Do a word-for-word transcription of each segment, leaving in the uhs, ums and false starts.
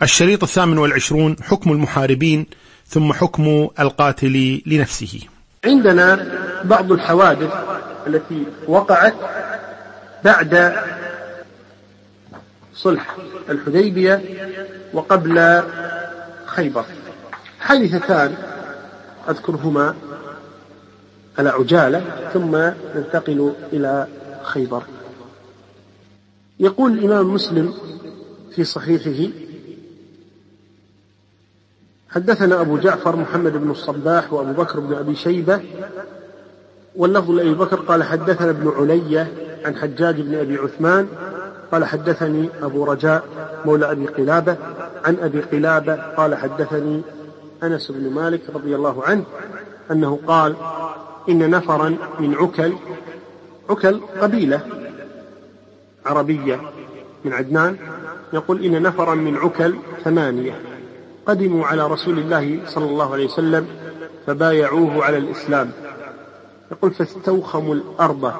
الشريط الثامن والعشرون: حكم المحاربين، ثم حكم القاتل لنفسه. عندنا بعض الحوادث التي وقعت بعد صلح الحديبية وقبل خيبر، حادثتان أذكرهما على عجالة ثم ننتقل إلى خيبر. يقول الإمام مسلم في صحيحه: حدثنا أبو جعفر محمد بن الصباح وأبو بكر بن أبي شيبة، واللفظ لأبي بكر قال حدثنا ابن علية عن حجاج بن أبي عثمان قال حدثني أبو رجاء مولى أبي قلابة عن أبي قلابة قال حدثني أنس بن مالك رضي الله عنه أنه قال: إن نفرا من عكل، عكل قبيلة عربية من عدنان، يقول إن نفرا من عكل ثمانية قدموا على رسول الله صلى الله عليه وسلم فبايعوه على الإسلام، يقول فاستوخموا الأرض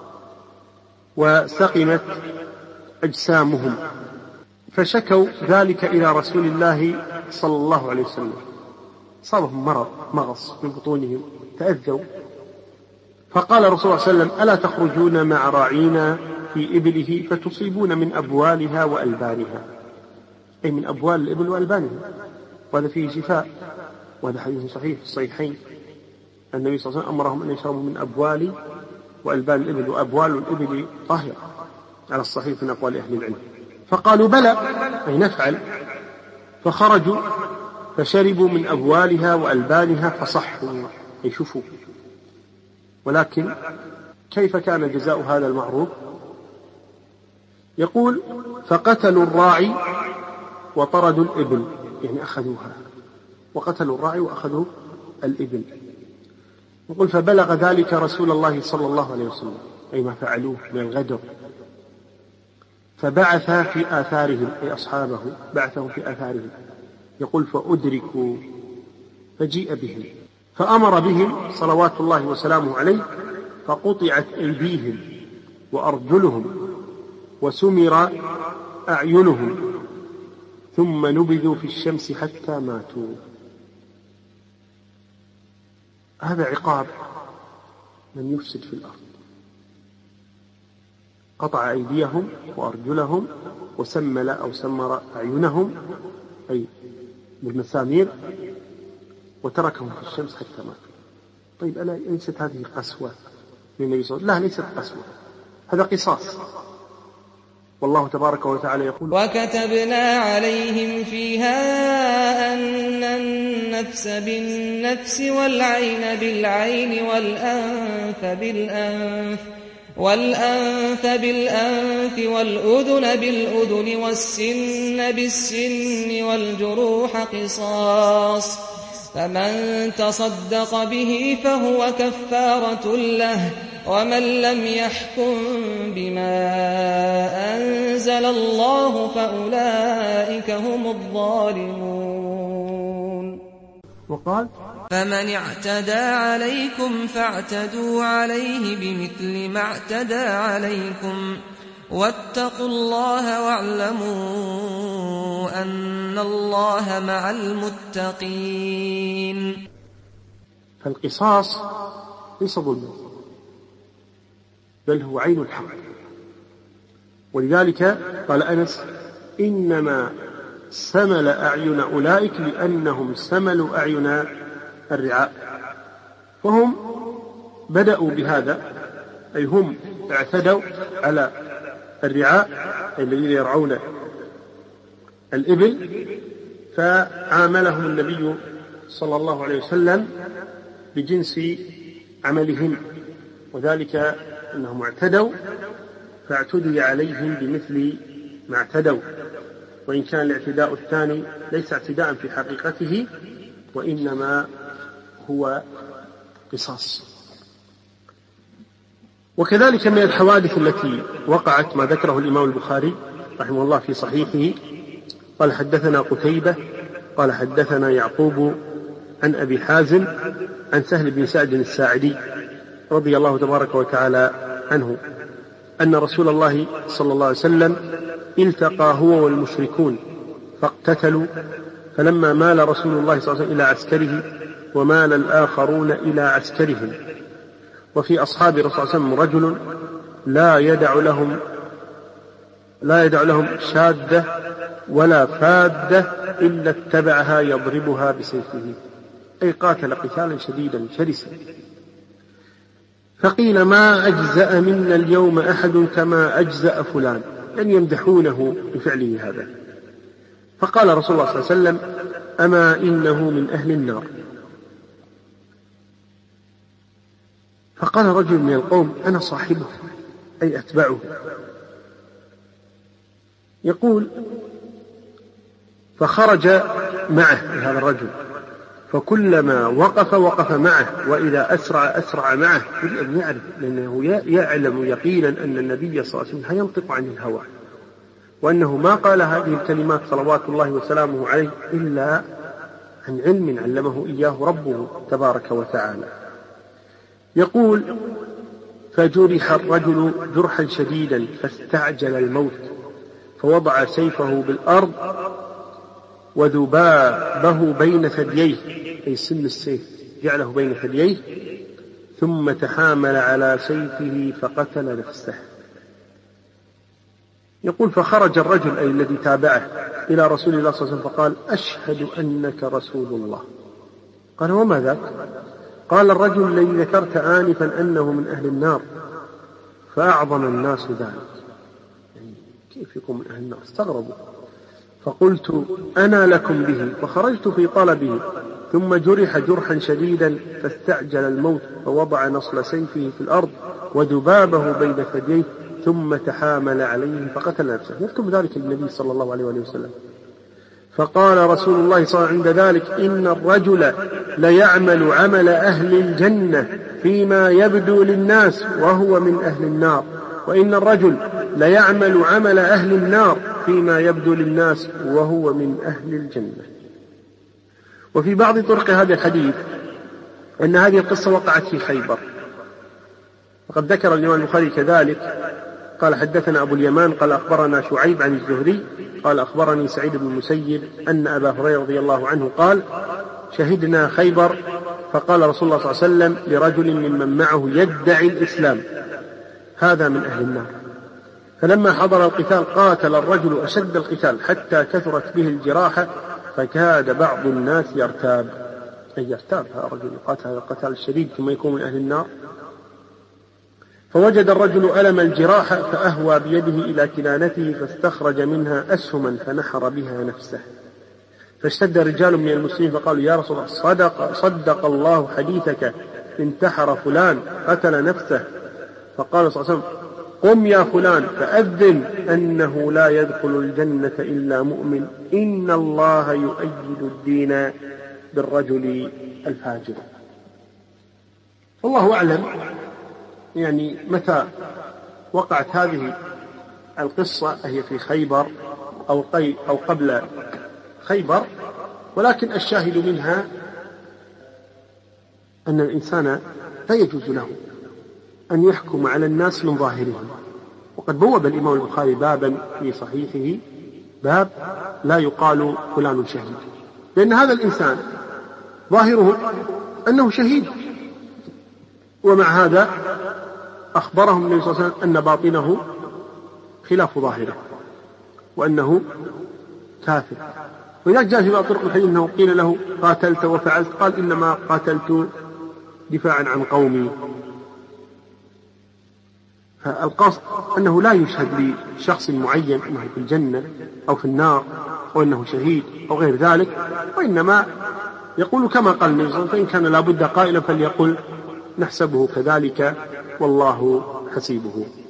وسقمت أجسامهم، فشكوا ذلك إلى رسول الله صلى الله عليه وسلم، صابهم مرض مغص من بطونهم، تأذوا، فقال رسول الله صلى الله عليه وسلم: ألا تخرجون مع راعينا في إبله فتصيبون من أبوالها وألبانها، أي من أبوال الإبل وألبانها، وهذا فيه شفاء، وهذا حديث صحيح في الصحيحين. النبي صلى الله عليه وسلم أمرهم أن يشربوا من أبوال وألبان الإبل، وأبوال الإبل طاهرة على الصحيح من أقوال أهل العلم. فقالوا: بلى، أي نفعل. فخرجوا فشربوا من أبوالها وألبانها فصحوا، أي شفوا. ولكن كيف كان جزاء هذا المعروف؟ يقول: فقتلوا الراعي وطردوا الإبل، يعني أخذوها، وقتلوا الراعي وأخذوا الإبل. يقول: فبلغ ذلك رسول الله صلى الله عليه وسلم، أي ما فعلوه من الغدر، فبعث في آثارهم، أي أصحابه بعثهم في آثارهم. يقول: فأدركوا فجيء بهم فأمر بهم صلوات الله وسلامه عليه، فقطعت أيديهم وأرجلهم وسمر أعينهم ثم نبذوا في الشمس حتى ماتوا. هذا عقاب من يفسد في الأرض، قطع أيديهم وأرجلهم وسمل أو سمر أعينهم، أي بالمسامير، وتركهم في الشمس حتى ماتوا. طيب ألا ليست هذه قسوة من النبي صلى الله عليه وسلم؟ لا، ليست قسوة، هذا قصاص. والله تبارك وتعالى يقول: وكتبنا عليهم فيها أن النفس بالنفس والعين بالعين والأنف بالأنف والأنف بالأنف والأذن بالأذن والسن بالسن والجروح قصاص، فمن تصدق به فهو كفارة له، ومن لم يحكم بما أنزل الله فأولئك هم الظالمون. وقال: فمن اعتدى عليكم فاعتدوا عليه بمثل ما اعتدى عليكم، واتقوا الله واعلموا أن الله مع المتقين. فالقصاص ليس ظلما، بل هو عين الحق. ولذلك قال أنس: إنما سمل أعين أولئك لأنهم سملوا أعين الرعاء. فهم بدأوا بهذا، أي هم اعتدوا على الرعاء الذين يرعون الإبل، فعاملهم النبي صلى الله عليه وسلم بجنس عملهم، وذلك أنهم اعتدوا فاعتدي عليهم بمثل ما اعتدوا، وإن كان الاعتداء الثاني ليس اعتداء في حقيقته، وإنما هو قصاص. وكذلك من الحوادث التي وقعت ما ذكره الإمام البخاري رحمه الله في صحيحه، قال: حدثنا قتيبة قال حدثنا يعقوب عن أبي حازم عن سهل بن سعد الساعدي رضي الله تبارك وتعالى عنه أن رسول الله صلى الله عليه وسلم التقى هو والمشركون فاقتتلوا، فلما مال رسول الله صلى الله عليه وسلم إلى عسكره ومال الآخرون إلى عسكرهم. وفي أصحاب الرسول صلى الله عليه وسلم رجل لا يدع لهم لا يدع لهم شادة ولا فادة إلا اتبعها يضربها بسيفه، أي قاتل قتالا شديدا شرسا. فقيل ما أجزأ منا اليوم أحد كما أجزأ فلان، يعني يمدحونه بفعله هذا. فقال رسول الله صلى الله عليه وسلم أما إنه من أهل النار. فقال رجل من القوم أنا صاحبه، أي أتبعه. يقول فخرج معه هذا الرجل، فكلما وقف وقف معه، وإذا أسرع أسرع معه، يريد أن يعرف، لأنه يعلم يقينا أن النبي صلى الله عليه وسلم ينطق عن الهوى، وأنه ما قال هذه الكلمات صلوات الله وسلامه عليه إلا عن علم علمه إياه ربه تبارك وتعالى. يقول فجرح الرجل جرحا شديدا فاستعجل الموت، فوضع سيفه بالأرض وذبابه بين ثدييه، أي سن السيف جعله بين ثدييه، ثم تحامل على سيفه فقتل نفسه. يقول فخرج الرجل أي الذي تابعه إلى رسول الله صلى الله عليه وسلم فقال أشهد أنك رسول الله. قال وما ذاك؟ قال الرجل الذي ذكرت آنفا أنه من أهل النار. فأعظم الناس ذلك، يعني كيف يكون من أهل النار؟ استغربوا. فقلت أنا لكم به، فخرجت في طلبه، ثم جرح جرحا شديدا فاستعجل الموت، فوضع نصل سيفه في الأرض وذبابه بين ثدييه، ثم تحامل عليه فقتل نفسه. يكتب ذلك النبي صلى الله عليه وسلم. فقال رسول الله صلى الله عليه وسلم عند ذلك إن الرجل ليعمل عمل أهل الجنة فيما يبدو للناس وهو من أهل النار، وإن الرجل ليعمل عمل أهل النار فيما يبدو للناس وهو من أهل الجنة. وفي بعض طرق هذا الحديث أن هذه القصة وقعت في خيبر، وقد ذكر الإمام البخاري كذلك قال حدثنا أبو اليمان قال أخبرنا شعيب عن الزهري قال أخبرني سعيد بن المسيب أن أبا هريرة رضي الله عنه قال شهدنا خيبر، فقال رسول الله صلى الله عليه وسلم لرجل ممن معه يدعي الإسلام هذا من أهل النار. فلما حضر القتال قاتل الرجل أشد القتال حتى كثرت به الجراحة، فكاد بعض الناس يرتاب، أي يرتاب هذا الرجل قاتل هذا القتال الشديد ثم يكون من أهل النار. فوجد الرجل ألم الجراحة فأهوى بيده إلى كنانته فاستخرج منها أسهما فنحر بها نفسه. فاشتد رجال من المسلمين فقالوا يا رسول الله صدق, صدق الله حديثك، انتحر فلان قتل نفسه. فقال صلى الله عليه وسلم قم يا فلان فأذن أنه لا يدخل الجنة إلا مؤمن، إن الله يؤيد الدين بالرجل الفاجر. والله أعلم يعني متى وقعت هذه القصة، هي في خيبر أو, أو قبل خيبر، ولكن الشاهد منها أن الإنسان لا يجوز له أن يحكم على الناس من ظاهرهم. وقد بوب الإمام البخاري بابا في صحيحه باب لا يقال فلان شهيد، لأن هذا الإنسان ظاهره أنه شهيد، ومع هذا أخبرهم النبي صلى الله عليه وسلم أن باطنه خلاف ظاهره وأنه كافر. ولذلك جاء في بعض طرق الحديث أنه قيل له قاتلت وفعلت، قال إنما قاتلت دفاعا عن قومي. فالقصد أنه لا يشهد لشخص معين أنه في الجنة أو في النار أو أنه شهيد أو غير ذلك، وإنما يقول كما قال النبي صلى الله عليه وسلم فإن كان لابد قائلا فليقل نحسبه كذلك والله حسيبه.